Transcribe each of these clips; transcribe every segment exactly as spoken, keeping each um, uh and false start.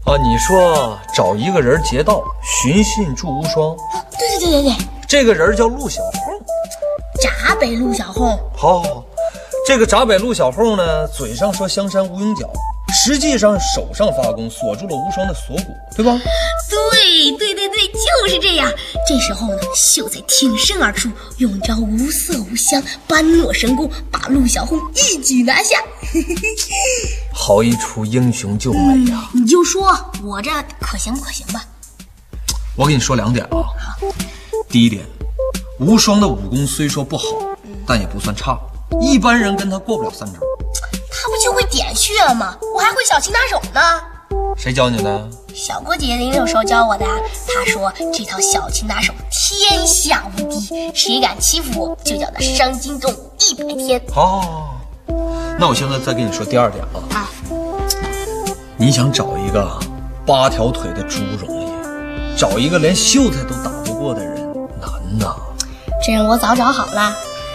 啊，你说找一个人劫道，寻衅助无双。 对对对对对， 这个人叫陆小凤， 闸北陆小凤。 好好好，这个闸北陆小凤呢，嘴上说香山无影脚，实际上手上发功锁住了无双的锁骨，对吧？ 对对对对，就是这样。这时候呢，秀才挺身而出，用一招无色无香般若神功，把陆小凤一举拿下。 好一出英雄救美呀、啊嗯！你就说我这可行不可行吧？ 我跟你说两点啊。第一点，无双的武功虽说不好，但也不算差，一般人跟他过不了三招。 他不就会点穴吗？我还会小擒拿手呢。 谁教你的？ 小郭姐姐那时候教我的。她说这套小擒拿手天下无敌，谁敢欺负我，就叫他伤筋动骨一百天。 哦，那我现在再跟你说第二点啊。 啊， 你想找一个八条腿的猪容易，找一个连秀才都打不过的人难呐。 这人我早找好了。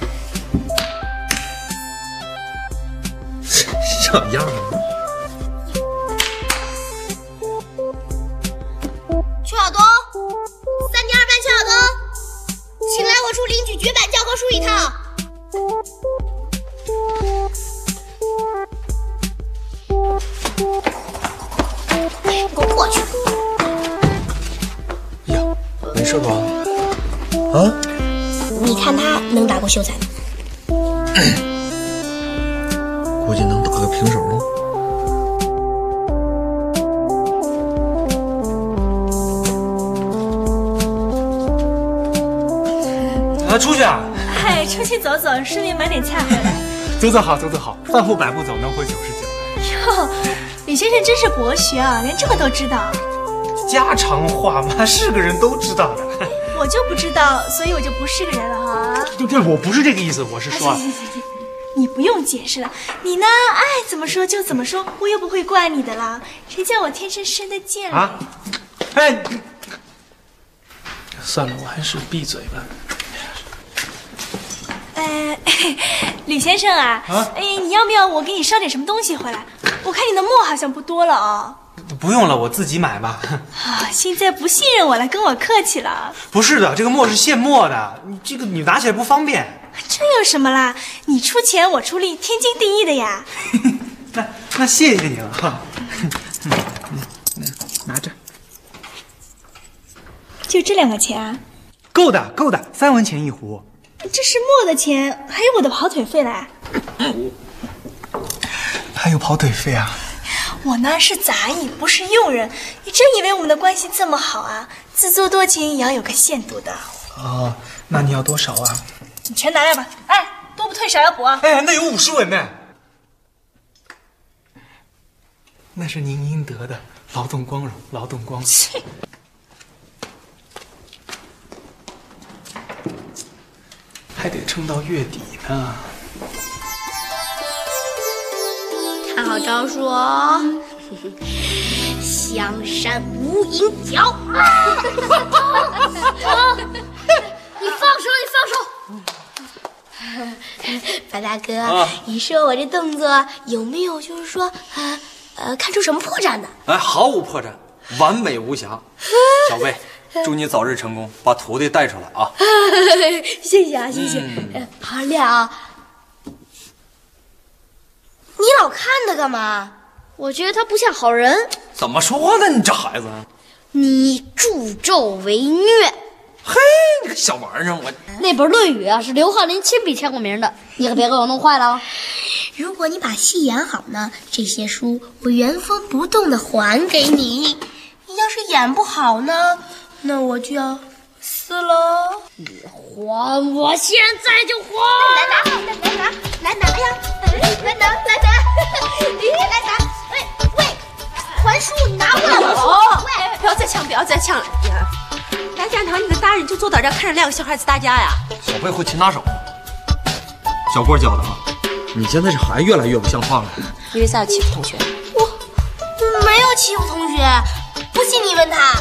像样吗？ 邱晓东，三年二班邱晓东，请来我处领取绝版教科书一套。给我过去！ 呀，没事吧？啊？ 你看他能打过秀才吗？ 估计能打个平手。啊，出去啊！ 嗨，出去走走，顺便买点菜回来。 走走好，走走好，饭后百步走，能回九十九。 哟，李先生真是博学啊，连这个都知道。 家常话嘛，是个人都知道的。 我就不知道，所以我就不是个人了哈。 对对，我不是这个意思，我是说。 行行行行，你不用解释了，你呢爱怎么说就怎么说，我又不会怪你的啦。谁叫我天生生的贱人啊？ 哎，算了，我还是闭嘴吧。 呃，吕先生啊， 啊， 哎，你要不要我给你捎点什么东西回来？我看你的墨好像不多了哦。 不用了，我自己买吧。 啊，现在不信任我了，跟我客气了。 不是的，这个墨是现墨的，你这个你拿起来不方便。 这有什么啦？你出钱我出力，天经地义的呀。 那那谢谢你了哈。拿着， 就这两个钱啊？ 够的，够的，三文钱一壶。 这是墨的钱，还有我的跑腿费嘞。 还有跑腿费啊？ 我呢是杂役，不是佣人。你真以为我们的关系这么好啊？自作多情也要有个限度的。 哦，那你要多少啊？ 你全拿来吧。哎，多不退少要补啊。 哎，那有五十文呢。那是您应得的，劳动光荣，劳动光荣。还得撑到月底呢。 看好招数哦！香山无影脚。啊！你放手，你放手！白大哥，啊、你说我这动作有没有就是说呃呃看出什么破绽的？ 哎，毫无破绽，完美无瑕。小贝，祝你早日成功，把徒弟带出来啊！ 谢谢啊，谢谢。嗯、好亮啊！你老看他干嘛？我觉得他不像好人。 怎么说呢？你这孩子， 你助纣为虐。 嘿，你个小玩意儿，我那本《论语》啊，是刘浩林亲笔签过名的，你可别给我弄坏了哦。 如果你把戏演好呢，这些书我原封不动的还给你。你要是演不好呢，那我就要死了。 你还我，现在就还！ 来拿，来拿，来拿呀！来拿，来拿，你来拿！喂喂，还书你拿过来！ 哦，喂，不要再抢，不要再抢了呀！白展堂，你个大人就坐到这看着两个小孩子打架呀？ 小贝会擒拿手，小郭教的啊。你现在这孩子越来越不像话了。 你为啥要欺负同学？ 我我没有欺负同学，不信你问他。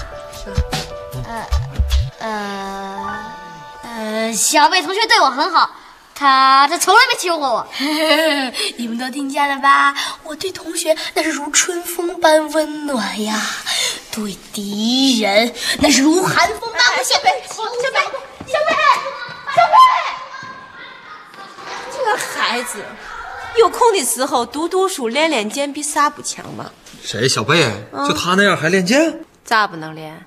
呃呃呃，小贝同学对我很好，他他这从来没欺负过我。 你们都听见了吧？我对同学那是如春风般温暖呀，对敌人那是如寒风般不小贝，小贝，小贝，小贝， 这孩子有空的时候读读书练练剑比啥不强吗？ 谁？小贝？嗯、就他那样还练剑？ 咋不能练？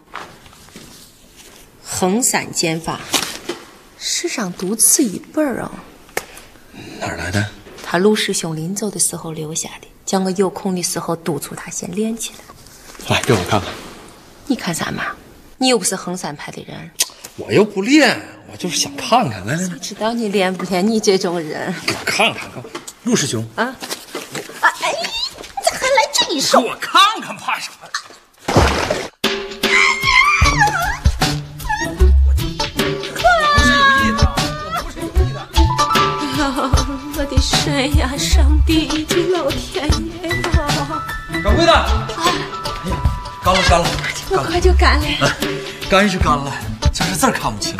衡山剑法，世上独此一本啊！ 哪儿来的？ 他陆师兄临走的时候留下的，叫我有空的时候督促他先练起来。 来，给我看看。 你看啥嘛？你又不是衡山派的人。 我又不练，我就是想看看。来来来， 知道你练不练？你这种人， 我看看看。陆师兄啊啊！哎，你咋还来这一手？ 我看看，怕啥？ 我的神呀！上帝的老天爷呀！ 掌柜的，哎呀，干了干了， 这么快就干了？ 哎，干是干了，就是字儿看不清。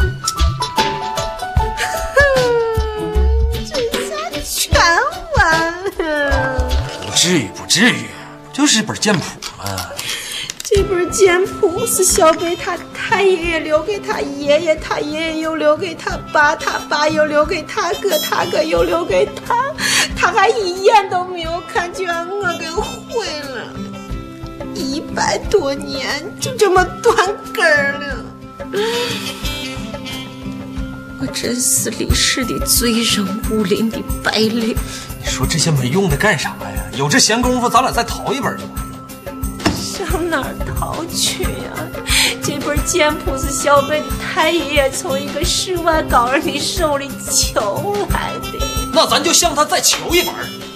这下全完了。 不至于，不至于，就是本剑谱嘛。 这本剑谱是小贝他太爷爷留给他爷爷，他爷爷又留给他爸，他爸又留给他哥，他哥又留给他，他还一眼都没有看，就让我给毁了。一百多年就这么断根儿了，我真是历史的最人武林的败类。 你说这些没用的干啥呀？有这闲工夫，咱俩再淘一本就完了。 上哪儿淘去呀、啊？这本剑谱是小贝太爷爷从一个世外高人的手里求来的。 那咱就向他再求一本。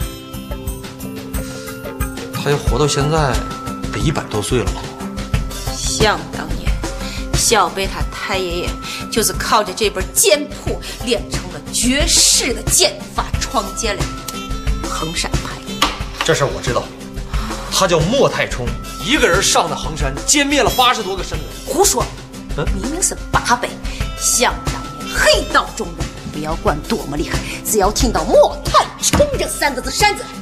他要活到现在，得一百多岁了吧？ 想当年，小贝他太爷爷就是靠着这本剑谱练成了绝世的剑法，创建了衡山派。 这事我知道。他叫莫太冲，一个人上的衡山，歼灭了八十多个生人。 胡说！嗯，明明是八倍。想当年黑道中人，不要管多么厉害，只要听到莫太冲这三个字扇子，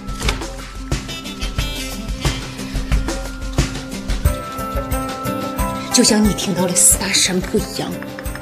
就像你听到了四大神谱一样。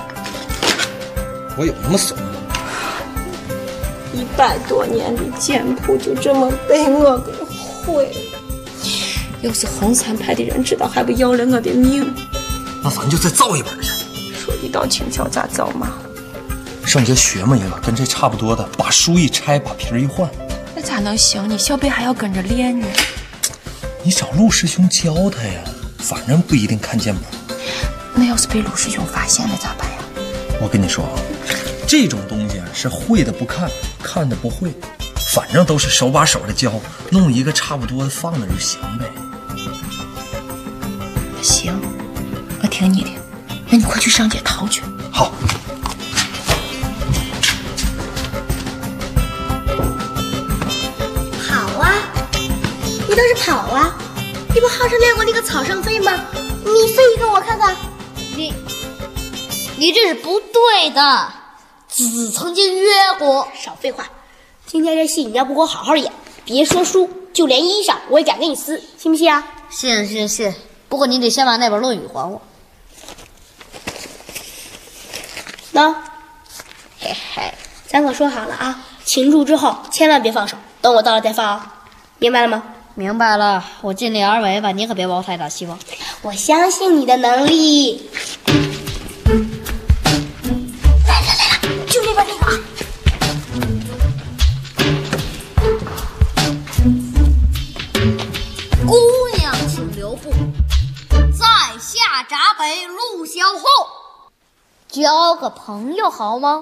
我有那么怂吗？ 一百多年的剑谱就这么被我给毁了。要是衡山派的人知道，还不要了我的命？ 那咱就再造一本去。 说一道轻巧咋造嘛？ 上节学嘛一个跟这差不多的，把书一拆，把皮儿一换。 那咋能行？你小贝还要跟着练呢。 你找陆师兄教他呀，反正不一定看剑谱。 那要是被陆师兄发现了咋办呀？ 我跟你说啊，这种东西啊是会的不看，看的不会，反正都是手把手的教，弄一个差不多的放那就行呗。 行，我听你的，那你快去上街淘去。 好。 跑啊！你倒是跑啊！你不好生练过那个草上飞吗？你飞一个我看看。 你，你这是不对的。子曾经约过。 少废话！今天这戏你要不给我好好演，别说书，就连衣裳我也敢给你撕，信不信啊？ 信信信。不过你得先把那本《论语》还我。 喏，嘿嘿，咱可说好了啊，擒住之后千万别放手，等我到了再放啊，明白了吗？ 明白了，我尽力而为吧，你可别抱太大希望。 我相信你的能力。来来来了，就那边那个啊。 姑娘请留步，在下闸北陆小后，交个朋友好吗？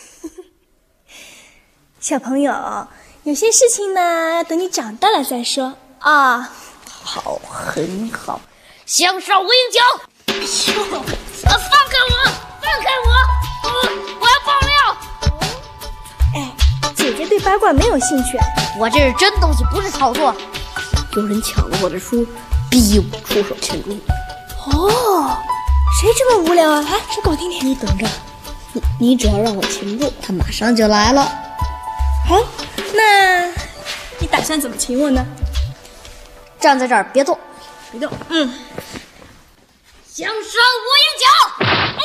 小朋友，有些事情呢，要等你长大了再说啊。 好，很好。向少无影脚。哎呦，啊，放开我！放开我！我我要爆料！ 哎，姐姐对八卦没有兴趣， 我这是真东西，不是炒作。 有人抢了我的书，逼我出手擒住。 哦，谁这么无聊啊？来，说给我听听。 你等着， 你你只要让我擒住，他马上就来了。 好，那你打算怎么擒我呢？ 站在这儿别动， 别动。嗯。 向上无影脚。 哎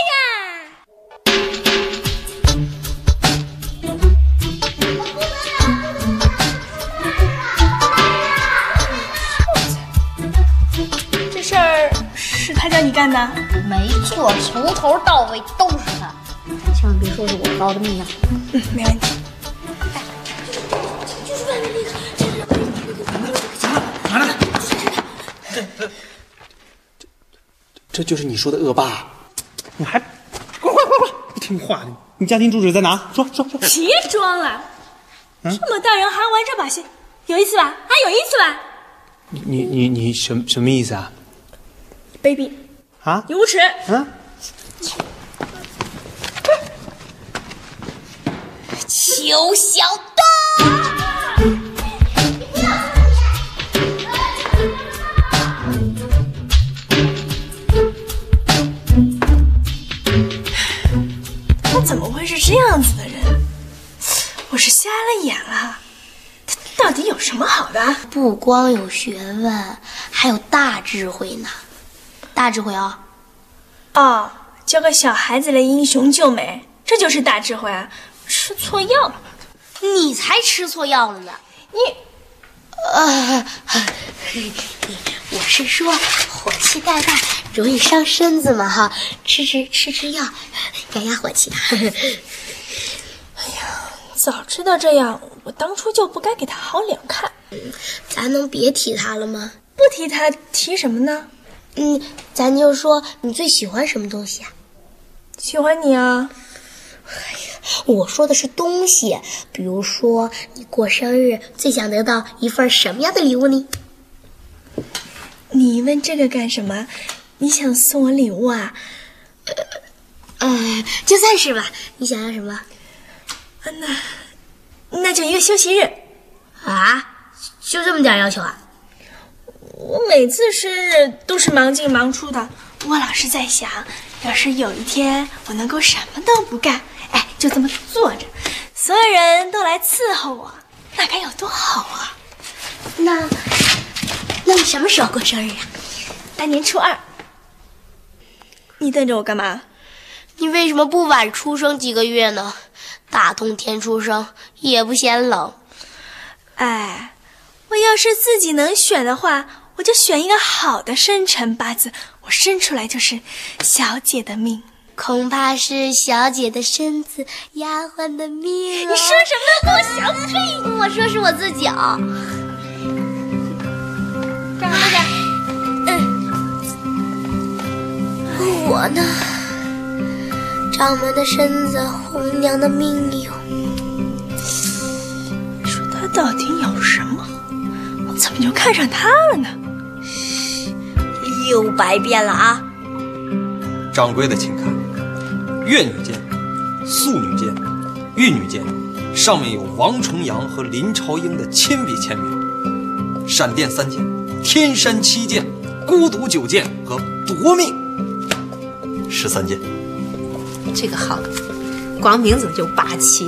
呀！这事儿是他叫你干的？ 没错，从头到尾都是他。千万别说是我告的密啊！ 嗯，没问题。 就是外面那个，这是拿来，这这这这就是你说的恶霸，你还快快快快不听话！你你家庭住址在哪？说说说！ 别装了，这么大人还玩这把戏，有意思吧？啊，有意思吧？ 你你你你什什么意思啊？ 卑鄙啊！ 你无耻！ 嗯。 邱小东， 他怎么会是这样子的人？我是瞎了眼了，他到底有什么好的？ 不光有学问，还有大智慧呢。大智慧啊！ 哦，教个小孩子来英雄救美，这就是大智慧啊！吃错药了， 你才吃错药了呢！ 你， 呃，我是说火气太大容易伤身子嘛哈，吃吃吃吃药，压压火气。 哎呀，早知道这样，我当初就不该给他好脸看。 咱能别提他了吗？ 不提他，提什么呢？ 嗯，咱就说你最喜欢什么东西啊？ 喜欢你啊。 我说的是东西，比如说你过生日最想得到一份什么样的礼物呢？ 你问这个干什么？你想送我礼物啊？ 呃，呃就算是吧。你想要什么？ 啊，那那就一个休息日。 啊？就这么点要求啊？ 我每次生日都是忙进忙出的，我老是在想，要是有一天我能够什么都不干，哎，就这么坐着，所有人都来伺候我，那该有多好啊！ 那，那你什么时候过生日啊？ 大年初二。你瞪着我干嘛？ 你为什么不晚出生几个月呢？大冬天出生也不嫌冷。 哎，我要是自己能选的话，我就选一个好的生辰八字，我生出来就是小姐的命。 恐怕是小姐的身子，丫鬟的命、啊。 你说什么？给我小屁！ 我说是我自己啊。 干什么去？ 嗯，我呢，掌门的身子，红娘的命由。 你说他到底有什么？我怎么就看上他了呢？ 又白变了啊！ 掌柜的，请看，越女剑、素女剑、玉女剑，上面有王重阳和林朝英的亲笔签名。闪电三剑、天山七剑、孤独九剑和夺命十三剑。 这个好，光名字就霸气。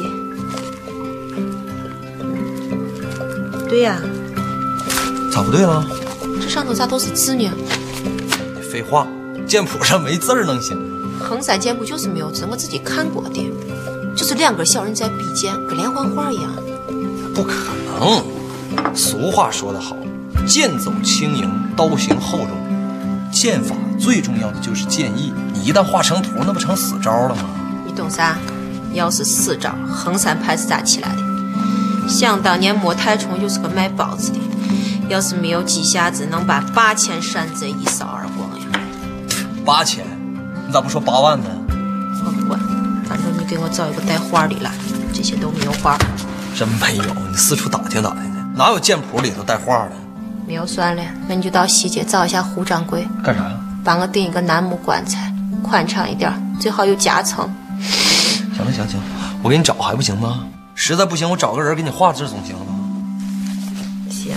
对呀、啊， 咋不对了？ 这上头咋都是字呢？ 废话，剑谱上没字儿能行？ 衡山剑谱就是没有字，我自己看过的，就是两根小人在比剑，跟连环画一样。 不可能，俗话说得好，剑走轻盈，刀行厚重。剑法最重要的就是剑意，你一旦画成图，那不成死招了吗？ 你懂啥？要是死招，衡山派是咋起来的？想当年莫太冲就是个卖包子的，要是没有几下子，能把八千山贼一扫而光呀！ 八千？你咋不说八万呢？ 我不管，反正你给我找一个带画的来，这些都没有画。 真没有，你四处打听打听去，哪有剑谱里头带画的？ 没有算了，那你就到西街找一下胡掌柜。 干啥呀？ 帮我订一个楠木棺材，宽敞一点，最好有夹层。 行了行行，我给你找还不行吗？实在不行，我找个人给你画字总行了吧？ 行。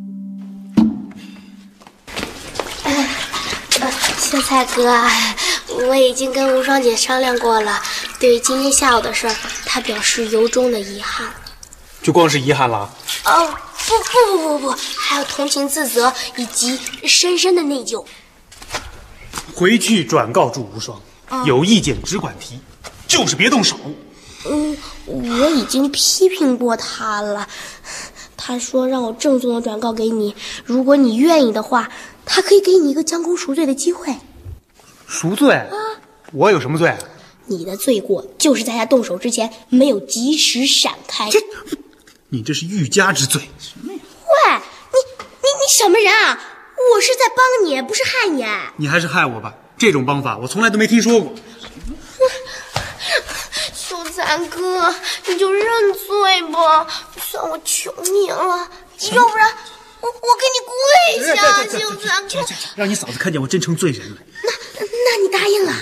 秀才哥， 我已经跟无双姐商量过了，对于今天下午的事儿，她表示由衷的遗憾。 就光是遗憾了？ 哦，不不不不不，还有同情自责以及深深的内疚。 回去转告祝无双，嗯、有意见只管提，就是别动手。 嗯，我已经批评过他了，他说让我郑重的转告给你，如果你愿意的话，他可以给你一个将功赎罪的机会。 赎罪？啊，我有什么罪？ 你的罪过就是在他动手之前没有及时闪开。 这，你这是欲加之罪。什么呀？ 喂，你你你什么人啊？我是在帮你，不是害你。 你还是害我吧，这种帮法我从来都没听说过。 秀才哥，你就认罪吧，算我求你了，要不然我我给你跪下，秀才哥。 让你嫂子看见我真成罪人了。 那那你答应了？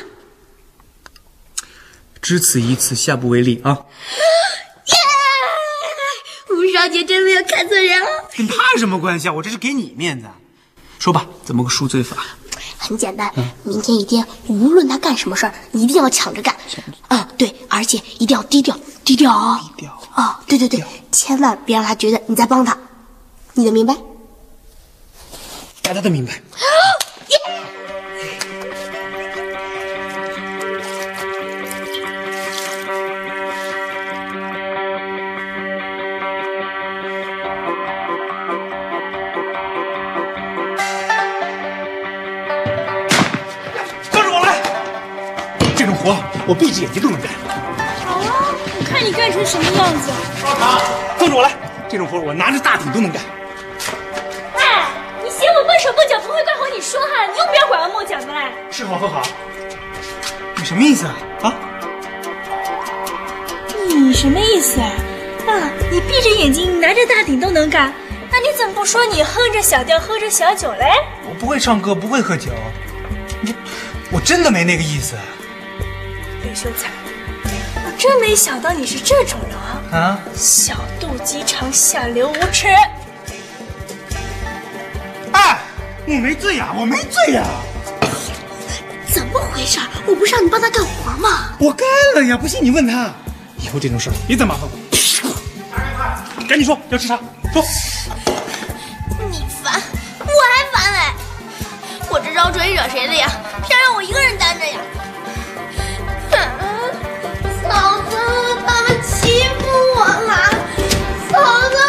只此一次，下不为例啊！ 耶！吴少姐真没有看错人了。 跟他什么关系啊？我这是给你面子。说吧，怎么个赎罪法？ 很简单，嗯、明天一天，无论他干什么事儿，一定要抢着干。啊、嗯，对，而且一定要低调，低调啊、哦！ 低调啊、哦！对对对，千万别让他觉得你在帮他，你能明白？ 大家都明白。 耶！ 活我闭着眼睛都能干。 好啊，我看你干成什么样子。 啊，跟着我来，这种活我拿着大艇都能干。 哎，你嫌我笨手笨脚，不会干活你说哈，你用不要拐弯抹角的嘞。 吃好喝好，你什么意思啊？啊？ 你什么意思啊？啊，你闭着眼睛拿着大艇都能干，那你怎么不说你哼着小调喝着小酒嘞？ 我不会唱歌，不会喝酒，我我真的没那个意思。 李秀才，我真没想到你是这种人啊！ 啊， 小肚鸡肠，下流无耻！ 哎，我没醉呀，我没醉呀！ 怎么回事？我不是让你帮他干活吗？ 我干了呀！不信你问他。以后这种事别再麻烦我。赶紧说，要吃啥？说。 你烦，我还烦嘞！我这招准惹谁了呀？偏让我一个人担着呀！嫂子，他们欺负我了！嫂子。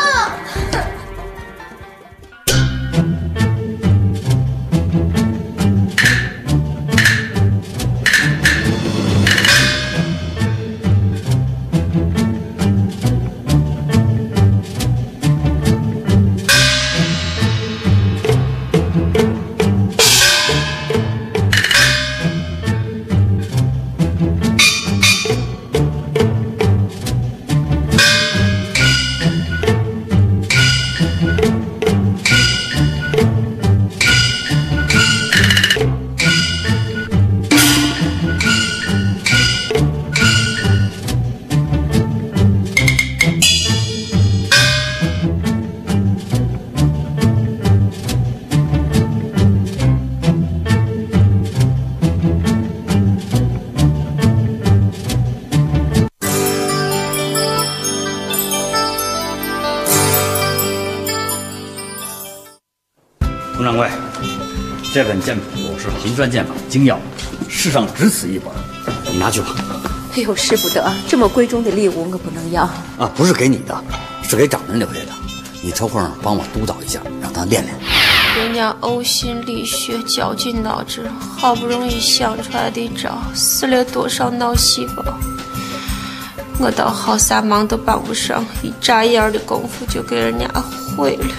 佟掌柜，这本剑谱是平川剑法精要，世上只此一本，你拿去吧。 哎呦，使不得，这么贵重的礼物我不能要。 啊，不是给你的，是给长人留下的。你抽空帮我督导一下，让他练练。 人家呕心沥血，绞尽脑汁，好不容易想出来的招，死了多少脑细胞，我倒好啥忙都帮不上，一眨眼的功夫就给人家毁了。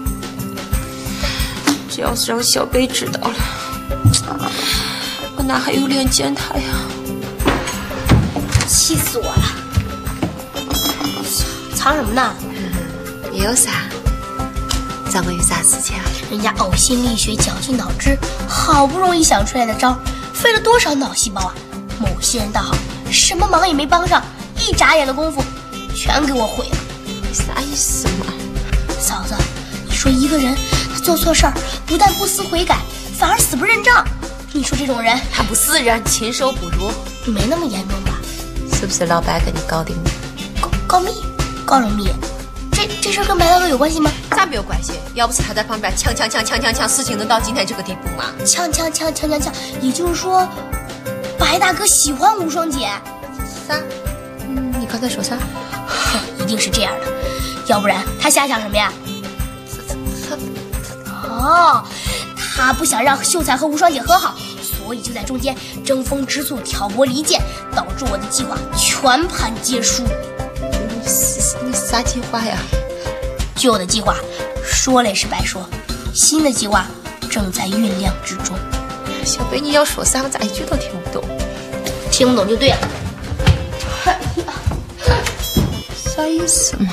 这要是让小贝知道了，我哪还有脸见他呀？ 气死我了！藏什么呢？ 也有啥？咱们有啥事情啊？ 人家呕心沥血，绞尽脑汁，好不容易想出来的招，费了多少脑细胞啊！某些人倒好，什么忙也没帮上，一眨眼的功夫，全给我毁了。 啥意思嘛？ 嫂子，你说一个人他做错事儿，不但不思悔改，反而死不认账， 你说这种人， 他不是人，禽兽不如， 没那么严重吧？ 是不是老白跟你搞的密？ 告告密？告了密？这这事儿跟白大哥有关系吗？ 咋没有关系？要不是他在旁边呛呛呛呛呛呛，事情能到今天这个地步吗？ 呛呛呛呛呛呛，也就是说，白大哥喜欢无双姐。 啥？嗯，你刚才说啥？ 一定是这样的，要不然他瞎想什么呀？ 他他哦，他不想让秀才和无双姐和好，所以就在中间争风吃醋、挑拨离间，导致我的计划全盘皆输。 你啥计划呀？ 旧的计划说了也是白说，新的计划正在酝酿之中。 小北，你要说啥？我咋一句都听不懂？ 听不懂就对了。 啥意思嘛？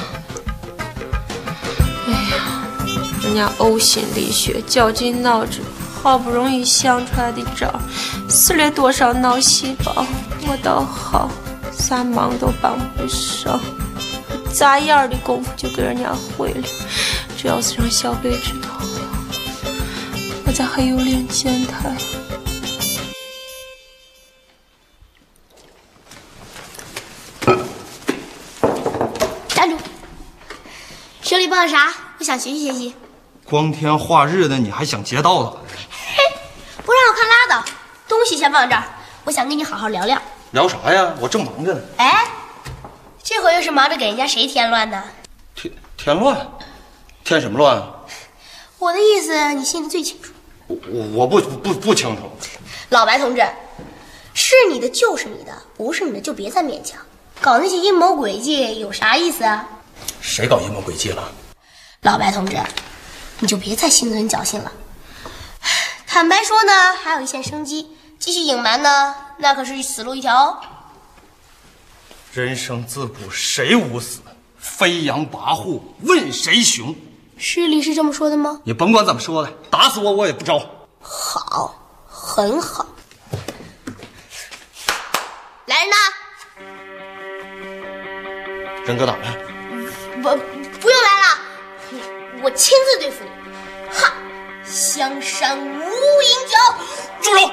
哎呀，人家呕心沥血、绞尽脑汁，好不容易想出来的招，死了多少脑细胞？我倒好，啥忙都帮不上。眨眼的功夫就给人家毁了，这要是让小北知道了，我咋还有脸见他呀？ 站住！手里抱着啥？我想学习学习。 光天化日的，你还想劫道的？ 嘿，不让我看拉倒，东西先放这儿，我想跟你好好聊聊。 聊啥呀？我正忙着呢。 哎。这回又是忙着给人家谁添乱呢？ 添添乱？添什么乱？ 我的意思你心里最清楚。 我我我不不不清楚。 老白同志，是你的就是你的，不是你的就别再勉强，搞那些阴谋诡计有啥意思啊？ 谁搞阴谋诡计了？ 老白同志，你就别再心存侥幸了。坦白说呢，还有一线生机；继续隐瞒呢，那可是死路一条哦。 人生自古谁无死，飞扬跋扈问谁雄？ 诗里是这么说的吗？ 你甭管怎么说的，打死我我也不招。 好，很好。来人呐！ 人搁哪儿呢？ 不，不用来了，我亲自对付你。哈！香山无影脚， 住手！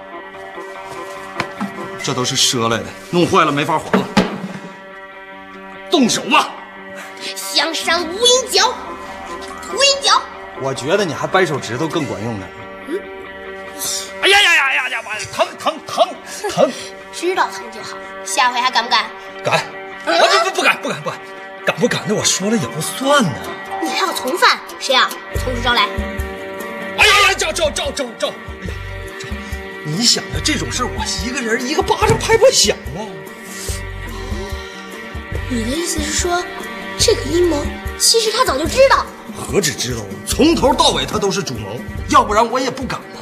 这都是赊来的，弄坏了没法还了。动手吧！ 香山无影脚，无影脚。 我觉得你还掰手指头更管用呢。嗯。哎呀呀呀呀呀！疼疼疼疼！ 知道疼就好，下回还敢不敢？ 敢！啊不不不敢不敢不敢，敢不敢的我说了也不算呢。 你还有从犯？谁啊？从实招来。 哎呀呀！招招招招招！哎呀，招！你想的这种事，我一个人一个巴掌拍不响啊。 你的意思是说，这个阴谋其实他早就知道？ 何止知道，从头到尾他都是主谋，要不然我也不敢啊。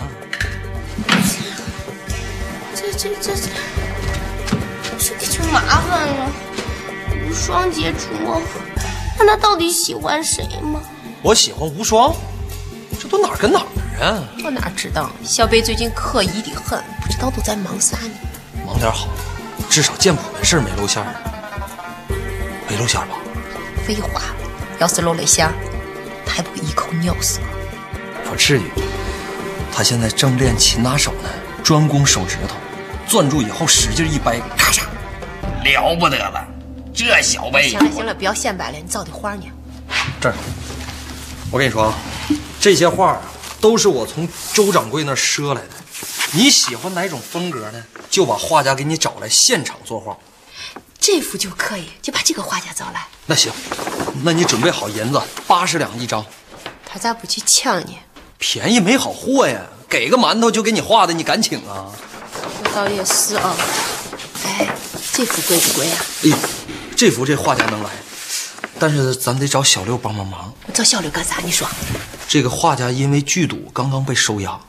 这这这这，这可就麻烦了。无双姐主谋，那他到底喜欢谁吗？ 我喜欢无双，这都哪儿跟哪儿啊？ 我哪知道？小北最近可疑的很，不知道都在忙啥呢？ 忙点好，至少剑谱的事没露馅儿。没露馅吧？ 废话，要是露了馅，他还不一口咬死我？ 不至于。他现在正练擒拿手呢，专攻手指头，攥住以后使劲一掰，咔嚓，了不得了！这小辈。 行了行了，不要显摆了，你造的画呢？ 这儿，我跟你说啊，这些画都是我从周掌柜那儿赊来的。你喜欢哪种风格呢？就把画家给你找来，现场作画。 这幅就可以，就把这个画家找来。 那行，那你准备好银子，八十两一张。 他咋不去抢呢？ 便宜没好货呀，给个馒头就给你画的，你敢请啊？ 这倒也是啊。哎，这幅贵不贵啊？ 哎呦，这幅这画家能来，但是咱得找小六帮帮忙。 找小六干啥？你说。 这个画家因为剧赌刚刚被收押。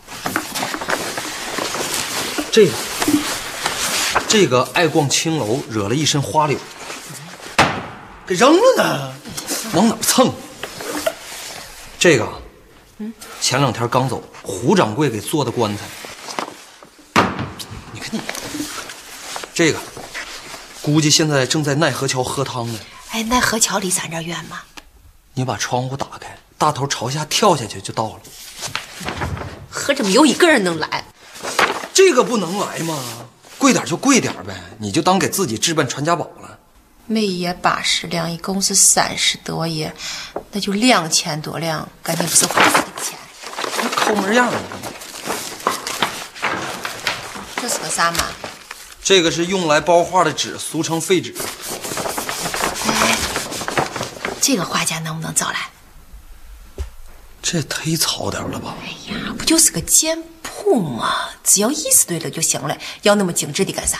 这个。这个爱逛青楼，惹了一身花柳，给扔了呢，往哪蹭？这个，前两天刚走，胡掌柜给做的棺材。你看你，这个，估计现在正在奈何桥喝汤呢。 哎，奈何桥离咱这儿远吗？ 你把窗户打开，大头朝下跳下去就到了。 合着没有一个人能来。 这个不能来吗？贵点就贵点呗，你就当给自己置办传家宝了。 每页八十两，一共是三十多页，那就两千多两，感情不是花自己的钱。 抠门样啊！ 这是个啥嘛？ 这个是用来包画的纸，俗称废纸。 哎，这个画家能不能找来？ 这也忒糙点了吧？ 哎呀，不就是个简谱吗？只要意思对了就行了，要那么精致的干啥？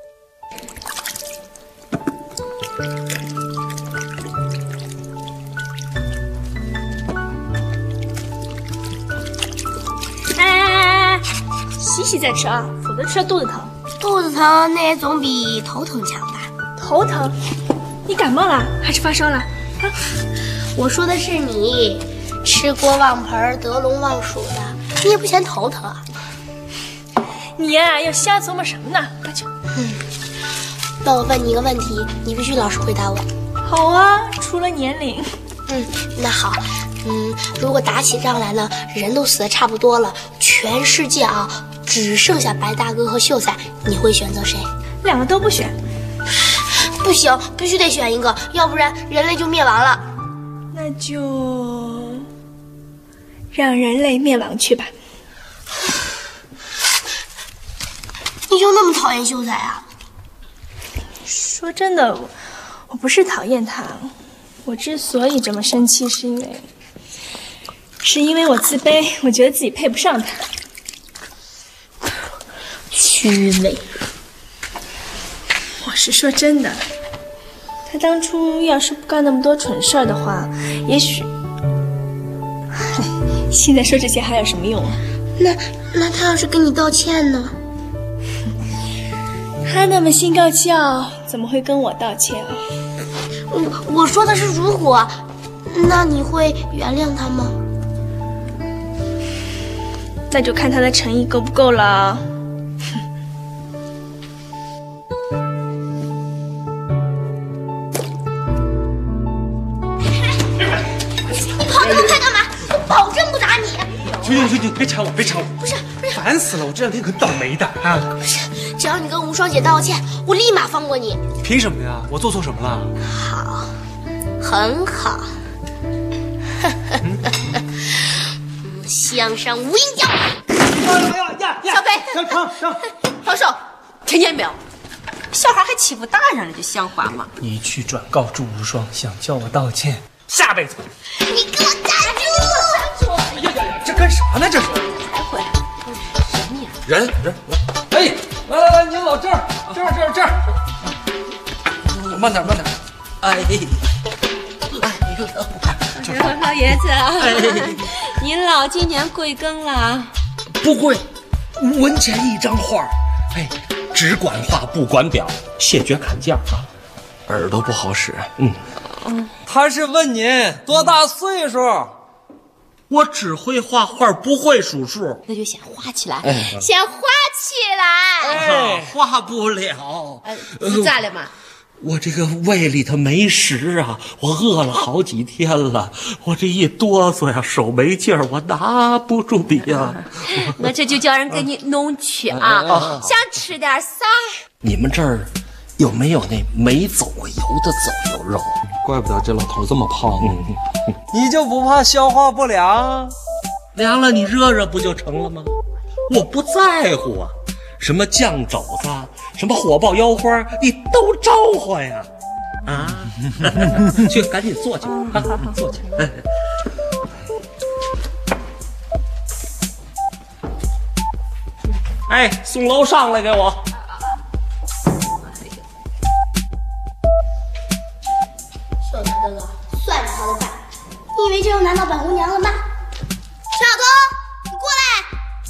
哎，洗洗再吃啊，否则吃了肚子疼。 肚子疼那也总比头疼强吧？ 头疼？你感冒了还是发烧了？啊， 我说的是你，吃锅忘盆得陇望蜀的，你也不嫌头疼啊？ 你呀、啊，要瞎琢磨什么呢？快去。 嗯，那我问你一个问题，你必须老实回答我。 好啊，除了年龄。 嗯，那好。嗯，如果打起仗来呢，人都死得差不多了，全世界啊只剩下白大哥和秀才，你会选择谁？ 两个都不选。 不行，必须得选一个，要不然人类就灭亡了。 那就让人类灭亡去吧。 你就那么讨厌秀才啊？ 说真的，我不是讨厌他，我之所以这么生气，是因为是因为我自卑，我觉得自己配不上他。 虚伪。 我是说真的，他当初要是不干那么多蠢事儿的话，也许……现在说这些还有什么用啊？ 那那他要是跟你道歉呢？ 他那么心高气傲，怎么会跟我道歉啊？ 我我说的是如果，那你会原谅他吗？ 那就看他的诚意够不够了。 你跑那么快干嘛？我保证不打你。 求求求求，别缠我，别缠我！ 不是不是， 烦死了！我这两天可倒霉的啊！ 不是，只要你跟无双姐道歉，我立马放过你。 凭什么呀？我做错什么了？ 好，很好。向上无影脚。 小飞，放手！听见没有？小孩还欺负大人了，这像话吗？ 你去转告祝无双，想叫我道歉，下辈子。 你给我站住！ 哎呀呀，这干啥呢？这是。 才回来，忍你。 人人，哎，来来来，您老这儿，这儿这儿这儿，慢点慢点。哎， 老爷子啊，您老今年贵庚了？ 不贵，五文钱一张画，哎，只管画不管表，谢绝砍价啊。 耳朵不好使。 嗯， 嗯，他是问您多大岁数？ 我只会画画，不会数数。 那就先画起来， 哎、 先画起来。 哎，画不了。 呃，是咋了嘛？ 我这个胃里头没食啊，我饿了好几天了，我这一哆嗦呀，手没劲儿，我拿不住笔呀。 我这就叫人给你弄去啊！想吃点啥？ 你们这儿有没有那没走过油的走油肉？ 怪不得这老头这么胖呢。 嗯， 你就不怕消化不良？ 凉了你热热不就成了吗？我不在乎啊。什么酱肘子，什么火爆腰花，你都招呼呀！啊，去，赶紧坐去，啊、坐去。哎，送楼上来给我。 秀才哥哥，算着他的饭，你以为就要拿到本红娘了吗？小头，你过来。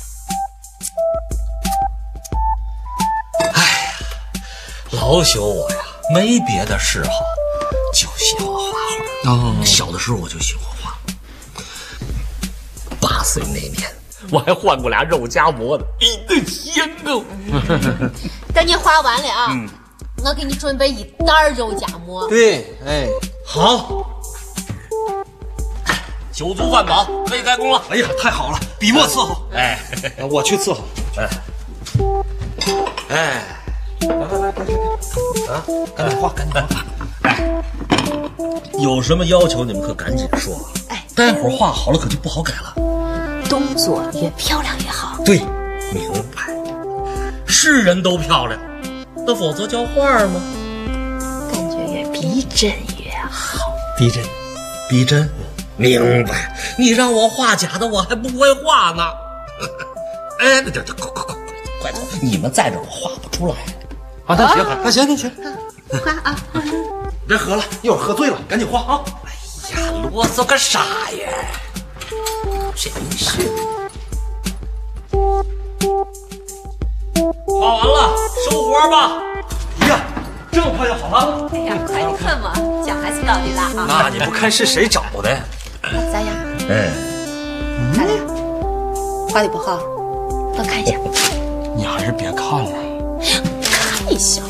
老朽我呀，没别的嗜好，就喜欢画画。哦，小的时候我就喜欢画。八岁那年，我还换过俩肉夹馍的，哎，那香啊！ 等你画完了啊，嗯、我给你准备一袋肉夹馍。 对，哎， 好。酒足饭饱，可以开工了。 哎呀，太好了，笔墨伺候。 哎， 我去伺候。 哎。 哎，来来来，赶紧啊，赶紧画，赶紧画。哎，有什么要求你们可赶紧说。哎，待会儿画好了可就不好改了。 动作越漂亮越好。 对，明白。是人都漂亮，那否则叫画吗？ 感觉越逼真越好。 逼真，逼真，明白。你让我画假的，我还不会画呢。哎，这这快快快快走！你们在这我画不出来。 啊，那行，那行，那行， 画啊！ 别喝了，一会儿喝醉了，赶紧画啊！ 哎呀，啰嗦个啥呀？真是。画完了，收活吧。 呀，这么快就好了？ 哎呀，快点看嘛，奖还是到你了啊！ 那你不看是谁找的？ 咋样？ 哎， 咋样？画的不好，我看一下。 你还是别看了， 看一下。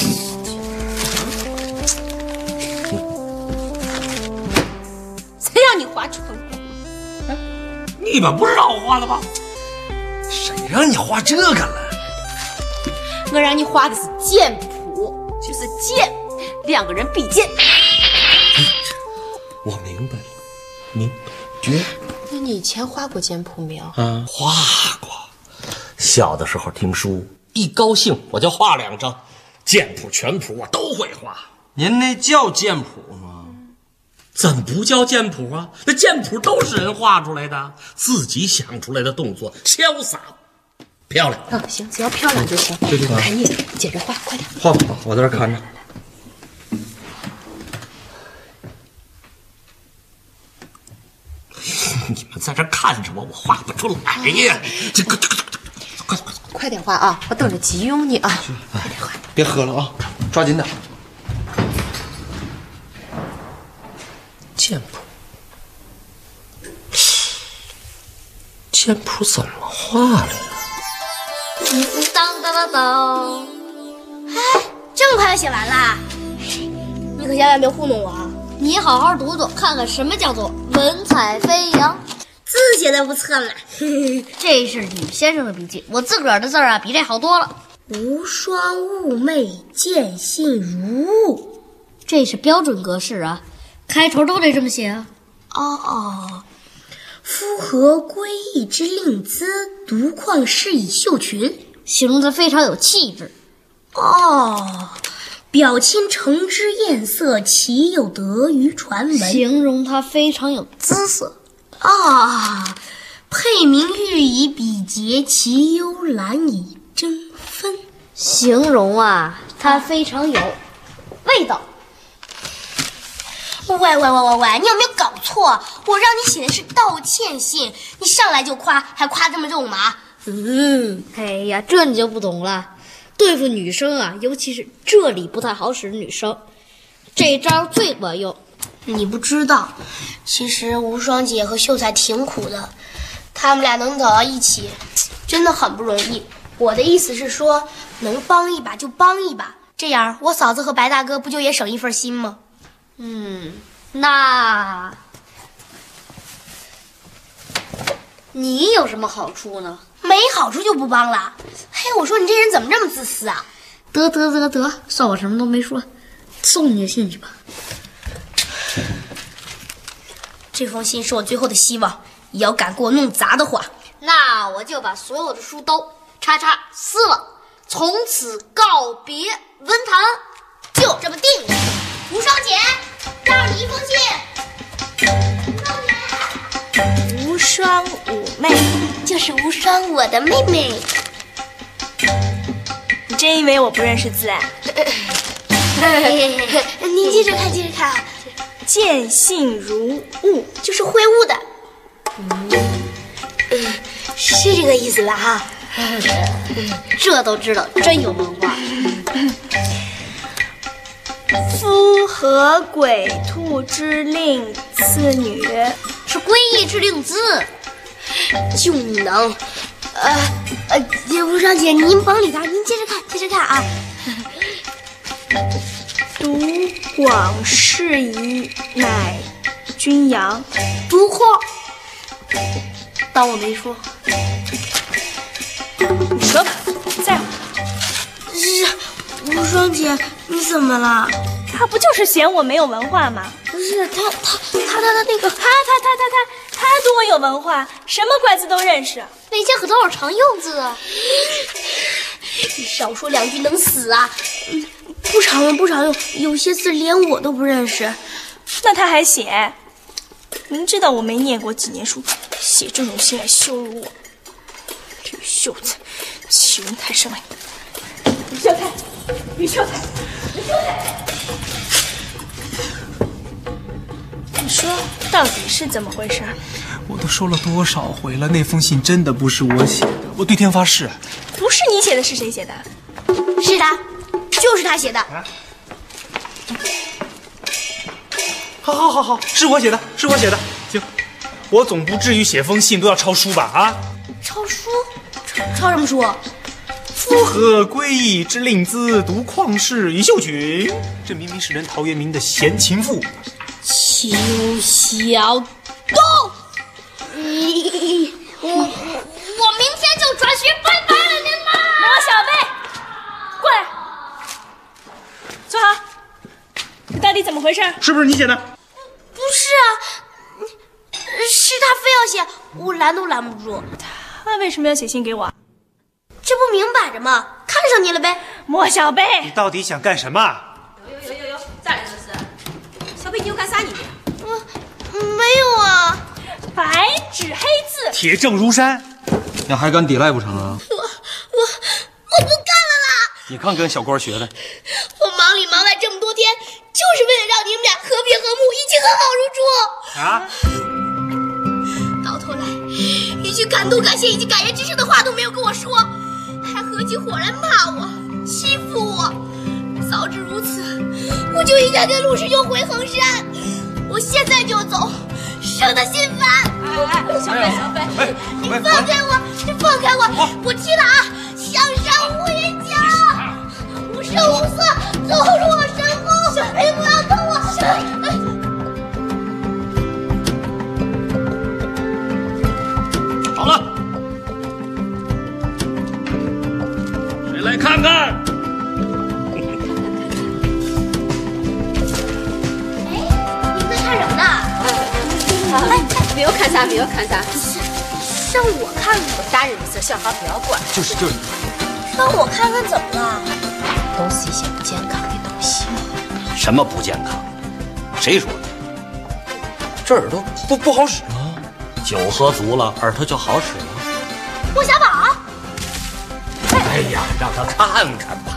谁让你画成的？ 你们不知道我画的吗？ 谁让你画这个了？ 我让你画的是剑谱，就是剑，两个人比剑。 我明白了，明白绝。 那你以前画过剑谱没有？ 啊，画过。小的时候听书，一高兴我就画两张，剑谱、全谱我都会画。 您那叫剑谱吗？ 怎么不叫剑谱啊？那剑谱都是人画出来的，自己想出来的动作，潇洒漂亮。 哦，行，只要漂亮就行。 对对对， 看你接着画，快点。 画吧，我在这看着。 你们在这看着我，我画不出来呀！这快快快快快快点画啊！我等着急用你啊！快点画。 别喝了啊，抓紧点。 剑谱，剑谱怎么画的呀？ 当当当当！哎，这么快就写完啦？你可千万别糊弄我啊！ 你好好读读，看看什么叫做文采飞扬。 字写的不错嘛。 这是吕先生的笔记，我自个儿的字啊比这好多了。 无双寤寐，见信如晤， 这是标准格式啊，开头都得这么写啊。 哦哦，夫何归意之令姿，独旷适以绣裙， 形容他非常有气质。 哦，表亲承之艳色，其有得于传闻， 形容他非常有姿色。 啊，配名誉以比劫，其幽兰以争分， 形容啊，他非常有味道。 喂喂喂喂喂，你有没有搞错？我让你写的是道歉信，你上来就夸，还夸这么肉麻。 嗯，哎呀，这你就不懂了。对付女生啊，尤其是这里不太好使的女生，这招最管用。 你不知道，其实无双姐和秀才挺苦的，他们俩能走到一起，真的很不容易。我的意思是说，能帮一把就帮一把，这样我嫂子和白大哥不就也省一份心吗？ 嗯，那你有什么好处呢？ 没好处就不帮了。嘿，我说你这人怎么这么自私啊？ 得得得得，算我什么都没说，送你的信去吧。 这封信是我最后的希望，也要敢给我弄砸的话， 那我就把所有的书都叉叉撕了，从此告别文坛， 就这么定了。无双姐，让你一封信。 无双妩媚， 就是无双我的妹妹。 你真以为我不认识字啊？ 你接着看，接着看。 见信如晤， 就是会晤的。嗯，是这个意思吧？哈， 这都知道，真有文化。 夫何鬼兔之令次女？ 是归义之令姿， 就能。呃呃，无双姐，您甭理他，您接着看，接着看啊。 独广适宜，乃君阳。 读画， 当我没说。 你说吧， 无双姐，你怎么了？ 他不就是嫌我没有文化吗？ 不是他，他他他的那个， 他他他他他他多有文化，什么怪字都认识。 那些可都是常用字啊！你少说两句能死啊！不常用，不常用，有些字连我都不认识。 那他还写，明知道我没念过几年书，写这种信来羞辱我。吕秀才，欺人太甚了！吕秀才，吕秀才，吕秀才！你说到底是怎么回事？ 我都说了多少回了，那封信真的不是我写的，我对天发誓。 不是你写的，是谁写的？ 是他，就是他写的。 啊、好好好好，是我写的，是我写的。行，我总不至于写封信都要抄书吧？啊？ 抄书？抄抄什么书？ 夫何归义之令兹，独旷世与秀群？这明明是人陶渊明的闲情赋。 邱小东，你我我明天就转学拜拜了，您妈！ 王小贝，过来，坐好。这到底怎么回事？ 是不是你写的？ 不是啊，是他非要写，我拦都拦不住。 他为什么要写信给我？ 这不明摆着吗？看上你了呗。 莫小贝， 你到底想干什么？ 有有有有，咋了这是？小贝，你又干啥你？ 我没有啊。 白纸黑字， 铁证如山。 你还敢抵赖不成啊？ 我我我不干了啦！ 你看跟小官学的。 我忙里忙外这么多天，就是为了让你们俩和平和睦，一起和好如初。啊！到头来，一句感动、感谢以及感人之声的话都没有跟我说，还合起伙来骂我、欺负我。早知如此，我就应该跟陆师兄回衡山。我现在就走，省得心烦。 哎哎，小贝小贝， 哎， 你放开我！你放开我！我踢了啊！向上无影脚，无声无色，走入我身后。你不要动我！ 好了，谁来看看？ 你们在看什么呢？ 哎，没有看啥，没有看啥， 让我看看。 我大人的事，小孩不要管。 就是就是。 让我看看怎么了？ 都是一些不健康的东西。 什么不健康？谁说的？这耳朵不不好使吗？酒喝足了，耳朵就好使了。 莫小宝， 哎呀，让他看看吧。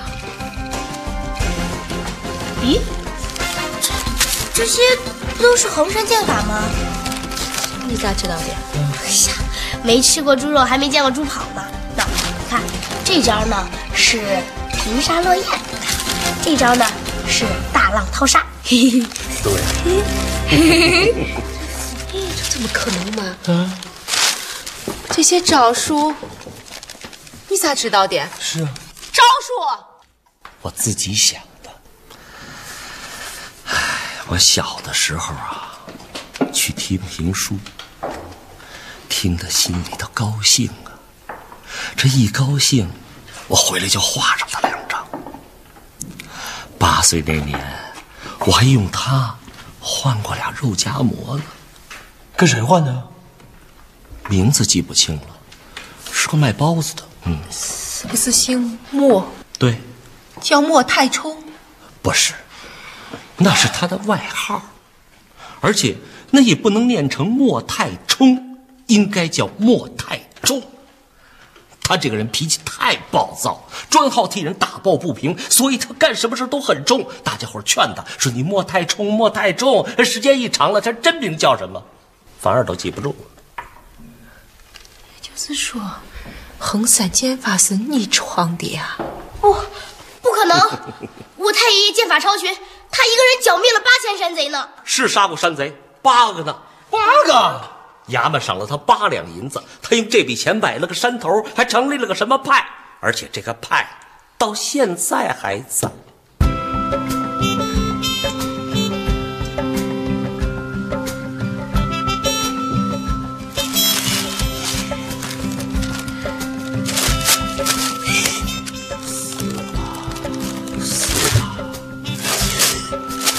咦，这这些不都是衡山剑法吗？ 你咋知道的？ 哎呀，没吃过猪肉，还没见过猪跑呢。那你看，这招呢是平沙落雁，这招呢是大浪淘沙。嘿嘿， 对。 这怎么可能嘛？啊，这些招数，你咋知道的？ 是啊， 招数， 我自己想的。唉，我小的时候啊，去听评书，听得心里头高兴啊。这一高兴，我回来就画上他两张。八岁那年，我还用它换过俩肉夹馍呢。 跟谁换的？ 名字记不清了，是个卖包子的。嗯， 是不是姓莫？ 对， 叫莫太冲？ 不是，那是他的外号，而且那也不能念成莫太冲，应该叫莫太重。他这个人脾气太暴躁，专好替人打抱不平，所以他干什么事都很重。大家伙劝他说：“你莫太冲，莫太重。”时间一长了，他真名叫什么，反而都记不住了。 也就是说，衡山剑法是你创的呀？ 不，不可能！我太爷爷剑法超群，他一个人剿灭了八千山贼呢。 是杀过山贼八个呢， 八个。 衙门赏了他八两银子，他用这笔钱买了个山头，还成立了个什么派，而且这个派到现在还在。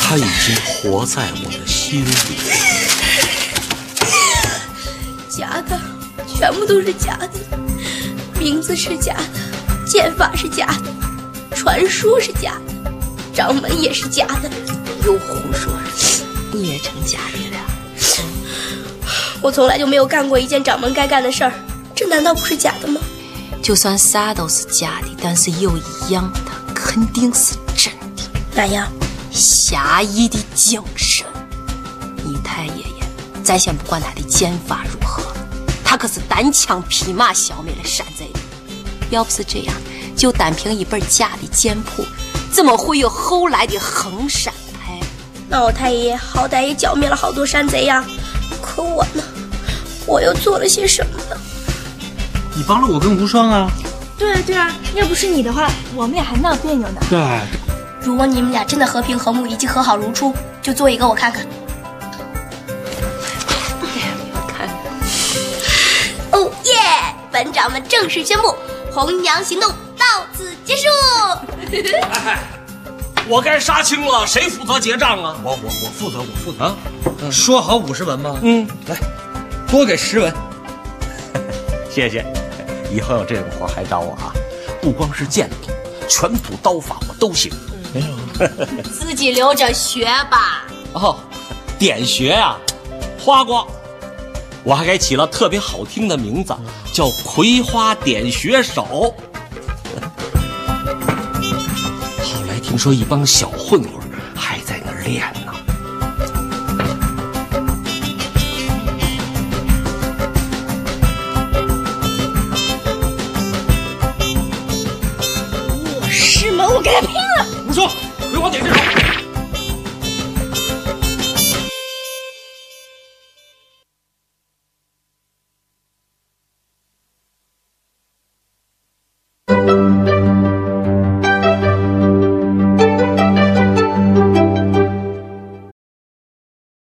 他已经活在我的心里。 假的，全部都是假的，名字是假的，剑法是假的，传说是假的，掌门也是假的， 又胡说，你也成假的了。 我从来就没有干过一件掌门该干的事儿，这难道不是假的吗？ 就算啥都是假的，但是有一样它肯定是真的。 哪样？ 侠义的精神。你太爷爷，咱先不管他的剑法如何，他可是单枪匹马消灭了山贼的。要不是这样，就单凭一本假的剑谱，怎么会有后来的衡山派？ 那我太爷爷好歹也剿灭了好多山贼呀，可我呢？我又做了些什么呢？ 你帮了我跟无双啊！ 对啊对啊，要不是你的话，我们俩还闹别扭呢。 对， 如果你们俩真的和平和睦，以及和好如初，就做一个我看看。 看， 哦耶！本掌门正式宣布，弘扬行动到此结束。 哎，我该杀青了，谁负责结账啊？ 我我我负责，我负责啊， 嗯、说好五十文吗？ 嗯， 来，多给十文。 谢谢，以后有这种活还找我啊！不光是剑谱，拳谱刀法我都行。 没有， 自己留着学吧。 哦，点穴呀、啊，花瓜。我还给起了特别好听的名字，叫葵花点穴手。后来听说一帮小混混还在那儿练呢。 我师门，我跟他拼了！ 无双，葵花点穴手。